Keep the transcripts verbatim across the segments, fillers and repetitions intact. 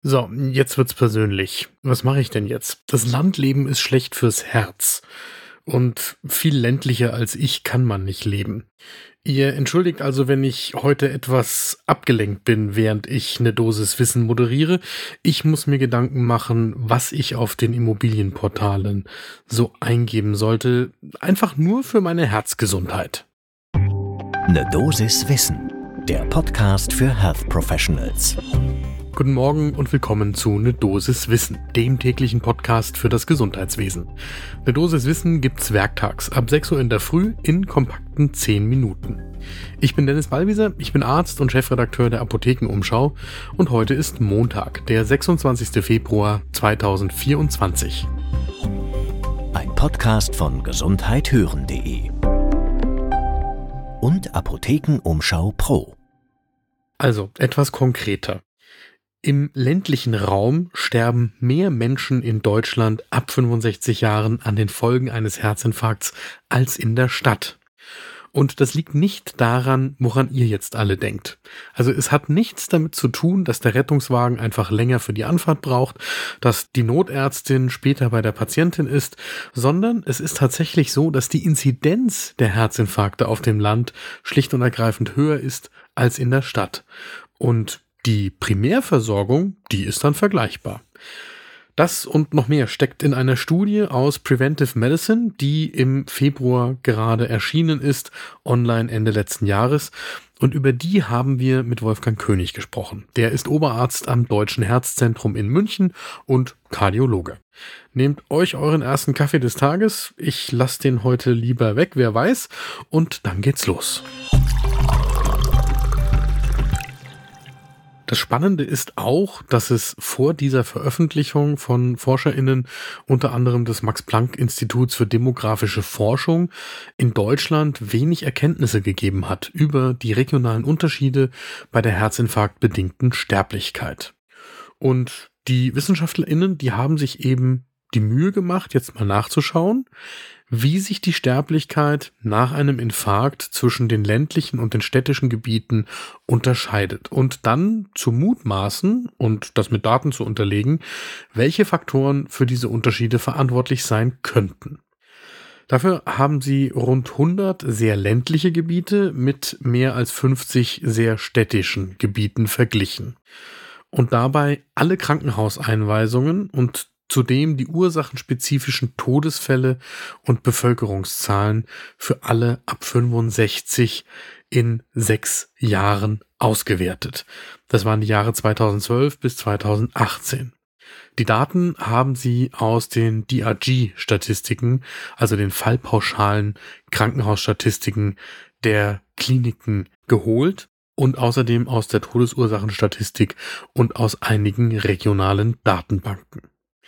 So, jetzt wird's persönlich. Was mache ich denn jetzt? Das Landleben ist schlecht fürs Herz. Und viel ländlicher als ich kann man nicht leben. Ihr entschuldigt also, wenn ich heute etwas abgelenkt bin, während ich eine Dosis Wissen moderiere. Ich muss mir Gedanken machen, was ich auf den Immobilienportalen so eingeben sollte. Einfach nur für meine Herzgesundheit. Ne Dosis Wissen, der Podcast für Health Professionals. Guten Morgen und willkommen zu Ne Dosis Wissen, dem täglichen Podcast für das Gesundheitswesen. Ne Dosis Wissen gibt's werktags ab sechs Uhr in der Früh in kompakten zehn Minuten. Ich bin Dennis Ballwieser, ich bin Arzt und Chefredakteur der Apothekenumschau und heute ist Montag, der sechsundzwanzigster Februar zweitausendvierundzwanzig. Ein Podcast von gesundheit hören punkt de und Apothekenumschau Pro. Also etwas konkreter. Im ländlichen Raum sterben mehr Menschen in Deutschland ab fünfundsechzig Jahren an den Folgen eines Herzinfarkts als in der Stadt. Und das liegt nicht daran, woran ihr jetzt alle denkt. Also es hat nichts damit zu tun, dass der Rettungswagen einfach länger für die Anfahrt braucht, dass die Notärztin später bei der Patientin ist, sondern es ist tatsächlich so, dass die Inzidenz der Herzinfarkte auf dem Land schlicht und ergreifend höher ist als in der Stadt. Und die Primärversorgung, die ist dann vergleichbar. Das und noch mehr steckt in einer Studie aus Preventive Medicine, die im Februar gerade erschienen ist, online Ende letzten Jahres. Und über die haben wir mit Wolfgang König gesprochen. Der ist Oberarzt am Deutschen Herzzentrum in München und Kardiologe. Nehmt euch euren ersten Kaffee des Tages. Ich lasse den heute lieber weg, wer weiß. Und dann geht's los. Das Spannende ist auch, dass es vor dieser Veröffentlichung von ForscherInnen, unter anderem des Max-Planck-Instituts für demografische Forschung, in Deutschland wenig Erkenntnisse gegeben hat über die regionalen Unterschiede bei der herzinfarktbedingten Sterblichkeit. Und die WissenschaftlerInnen, die haben sich eben die Mühe gemacht, jetzt mal nachzuschauen, wie sich die Sterblichkeit nach einem Infarkt zwischen den ländlichen und den städtischen Gebieten unterscheidet und dann zu mutmaßen und das mit Daten zu unterlegen, welche Faktoren für diese Unterschiede verantwortlich sein könnten. Dafür haben sie rund hundert sehr ländliche Gebiete mit mehr als fünfzig sehr städtischen Gebieten verglichen und dabei alle Krankenhauseinweisungen und zudem die ursachenspezifischen Todesfälle und Bevölkerungszahlen für alle ab fünfundsechzig in sechs Jahren ausgewertet. Das waren die Jahre zweitausendzwölf bis zweitausendachtzehn. Die Daten haben sie aus den D R G-Statistiken, also den fallpauschalen Krankenhausstatistiken der Kliniken geholt und außerdem aus der Todesursachenstatistik und aus einigen regionalen Datenbanken.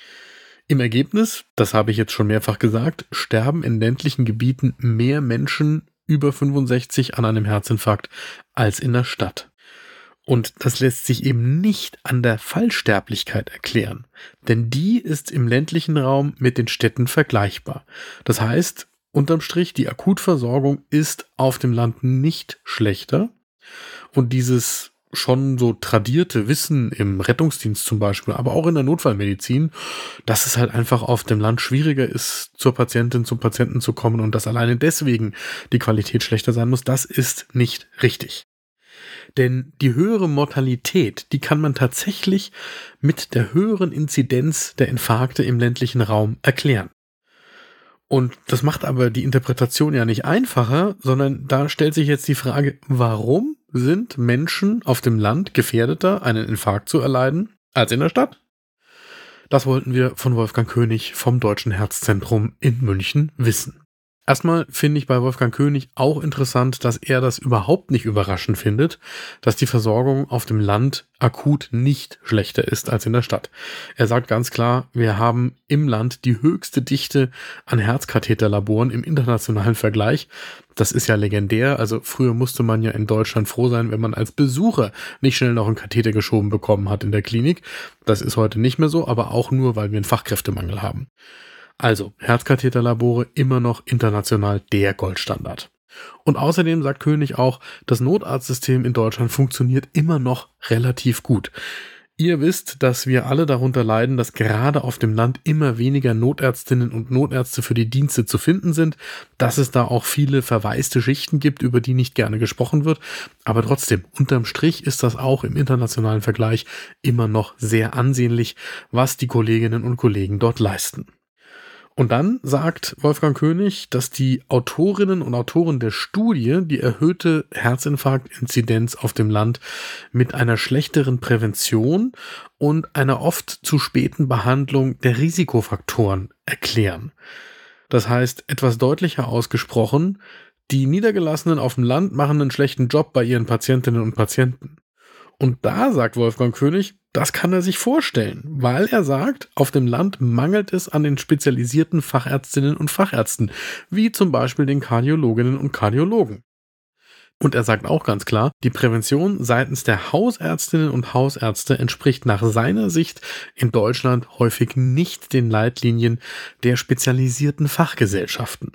Im Ergebnis, das habe ich jetzt schon mehrfach gesagt, sterben in ländlichen Gebieten mehr Menschen über fünfundsechzig an einem Herzinfarkt als in der Stadt. Und das lässt sich eben nicht an der Fallsterblichkeit erklären, denn die ist im ländlichen Raum mit den Städten vergleichbar. Das heißt, unterm Strich, die Akutversorgung ist auf dem Land nicht schlechter und dieses schon so tradierte Wissen im Rettungsdienst zum Beispiel, aber auch in der Notfallmedizin, dass es halt einfach auf dem Land schwieriger ist, zur Patientin, zum Patienten zu kommen und dass alleine deswegen die Qualität schlechter sein muss, das ist nicht richtig. Denn die höhere Mortalität, die kann man tatsächlich mit der höheren Inzidenz der Infarkte im ländlichen Raum erklären. Und das macht aber die Interpretation ja nicht einfacher, sondern da stellt sich jetzt die Frage, warum sind Menschen auf dem Land gefährdeter, einen Infarkt zu erleiden, als in der Stadt? Das wollten wir von Wolfgang König vom Deutschen Herzzentrum in München wissen. Erstmal finde ich bei Wolfgang König auch interessant, dass er das überhaupt nicht überraschend findet, dass die Versorgung auf dem Land akut nicht schlechter ist als in der Stadt. Er sagt ganz klar, wir haben im Land die höchste Dichte an Herzkatheterlaboren im internationalen Vergleich. Das ist ja legendär, also früher musste man ja in Deutschland froh sein, wenn man als Besucher nicht schnell noch einen Katheter geschoben bekommen hat in der Klinik. Das ist heute nicht mehr so, aber auch nur, weil wir einen Fachkräftemangel haben. Also, Herzkatheterlabore immer noch international der Goldstandard. Und außerdem sagt König auch, das Notarztsystem in Deutschland funktioniert immer noch relativ gut. Ihr wisst, dass wir alle darunter leiden, dass gerade auf dem Land immer weniger Notärztinnen und Notärzte für die Dienste zu finden sind, dass es da auch viele verwaiste Schichten gibt, über die nicht gerne gesprochen wird. Aber trotzdem, unterm Strich ist das auch im internationalen Vergleich immer noch sehr ansehnlich, was die Kolleginnen und Kollegen dort leisten. Und dann sagt Wolfgang König, dass die Autorinnen und Autoren der Studie die erhöhte Herzinfarktinzidenz auf dem Land mit einer schlechteren Prävention und einer oft zu späten Behandlung der Risikofaktoren erklären. Das heißt, etwas deutlicher ausgesprochen, die Niedergelassenen auf dem Land machen einen schlechten Job bei ihren Patientinnen und Patienten. Und da sagt Wolfgang König, das kann er sich vorstellen, weil er sagt, auf dem Land mangelt es an den spezialisierten Fachärztinnen und Fachärzten, wie zum Beispiel den Kardiologinnen und Kardiologen. Und er sagt auch ganz klar, die Prävention seitens der Hausärztinnen und Hausärzte entspricht nach seiner Sicht in Deutschland häufig nicht den Leitlinien der spezialisierten Fachgesellschaften.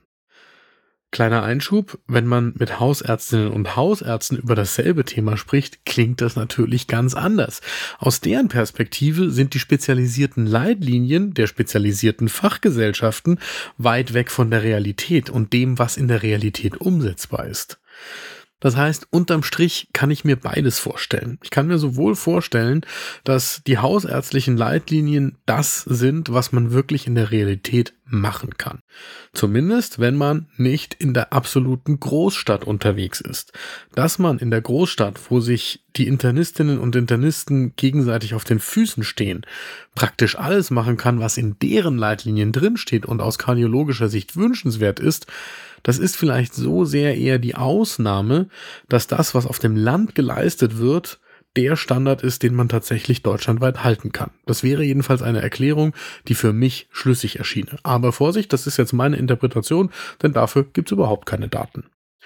Kleiner Einschub, wenn man mit Hausärztinnen und Hausärzten über dasselbe Thema spricht, klingt das natürlich ganz anders. Aus deren Perspektive sind die spezialisierten Leitlinien der spezialisierten Fachgesellschaften weit weg von der Realität und dem, was in der Realität umsetzbar ist. Das heißt, unterm Strich kann ich mir beides vorstellen. Ich kann mir sowohl vorstellen, dass die hausärztlichen Leitlinien das sind, was man wirklich in der Realität machen kann. Zumindest, wenn man nicht in der absoluten Großstadt unterwegs ist. Dass man in der Großstadt, wo sich die Internistinnen und Internisten gegenseitig auf den Füßen stehen, praktisch alles machen kann, was in deren Leitlinien drinsteht und aus kardiologischer Sicht wünschenswert ist, das ist vielleicht so sehr eher die Ausnahme, dass das, was auf dem Land geleistet wird, der Standard ist, den man tatsächlich deutschlandweit halten kann. Das wäre jedenfalls eine Erklärung, die für mich schlüssig erschiene. Aber Vorsicht, das ist jetzt meine Interpretation, denn dafür gibt es überhaupt keine Daten.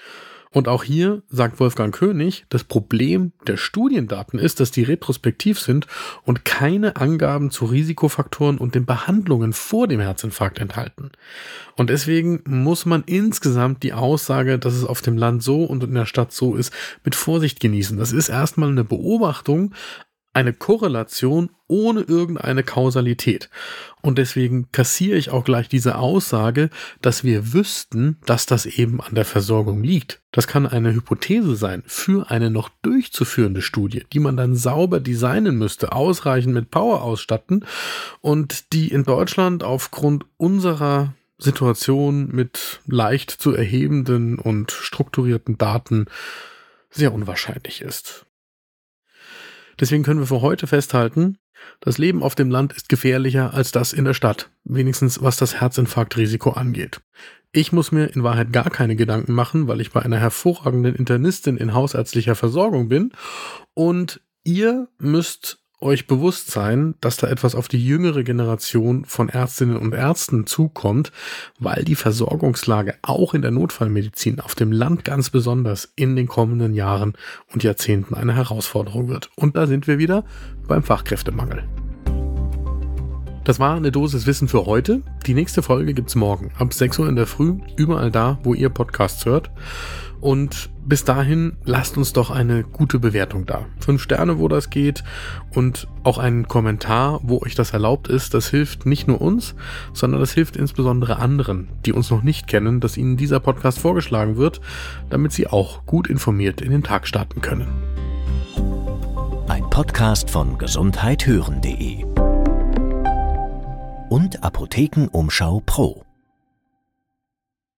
Und auch hier sagt Wolfgang König, das Problem der Studiendaten ist, dass die retrospektiv sind und keine Angaben zu Risikofaktoren und den Behandlungen vor dem Herzinfarkt enthalten. Und deswegen muss man insgesamt die Aussage, dass es auf dem Land so und in der Stadt so ist, mit Vorsicht genießen. Das ist erstmal eine Beobachtung, eine Korrelation ohne irgendeine Kausalität. Und deswegen kassiere ich auch gleich diese Aussage, dass wir wüssten, dass das eben an der Versorgung liegt. Das kann eine Hypothese sein für eine noch durchzuführende Studie, die man dann sauber designen müsste, ausreichend mit Power ausstatten und die in Deutschland aufgrund unserer Situation mit leicht zu erhebenden und strukturierten Daten sehr unwahrscheinlich ist. Deswegen können wir für heute festhalten, das Leben auf dem Land ist gefährlicher als das in der Stadt, wenigstens was das Herzinfarktrisiko angeht. Ich muss mir in Wahrheit gar keine Gedanken machen, weil ich bei einer hervorragenden Internistin in hausärztlicher Versorgung bin und ihr müsst euch bewusst sein, dass da etwas auf die jüngere Generation von Ärztinnen und Ärzten zukommt, weil die Versorgungslage auch in der Notfallmedizin auf dem Land ganz besonders in den kommenden Jahren und Jahrzehnten eine Herausforderung wird. Und da sind wir wieder beim Fachkräftemangel. Das war eine Dosis Wissen für heute. Die nächste Folge gibt's morgen ab sechs Uhr in der Früh, überall da, wo ihr Podcasts hört. Und bis dahin lasst uns doch eine gute Bewertung da. Fünf Sterne, wo das geht und auch einen Kommentar, wo euch das erlaubt ist. Das hilft nicht nur uns, sondern das hilft insbesondere anderen, die uns noch nicht kennen, dass ihnen dieser Podcast vorgeschlagen wird, damit sie auch gut informiert in den Tag starten können. Ein Podcast von gesundheit hören punkt de und Apothekenumschau Pro.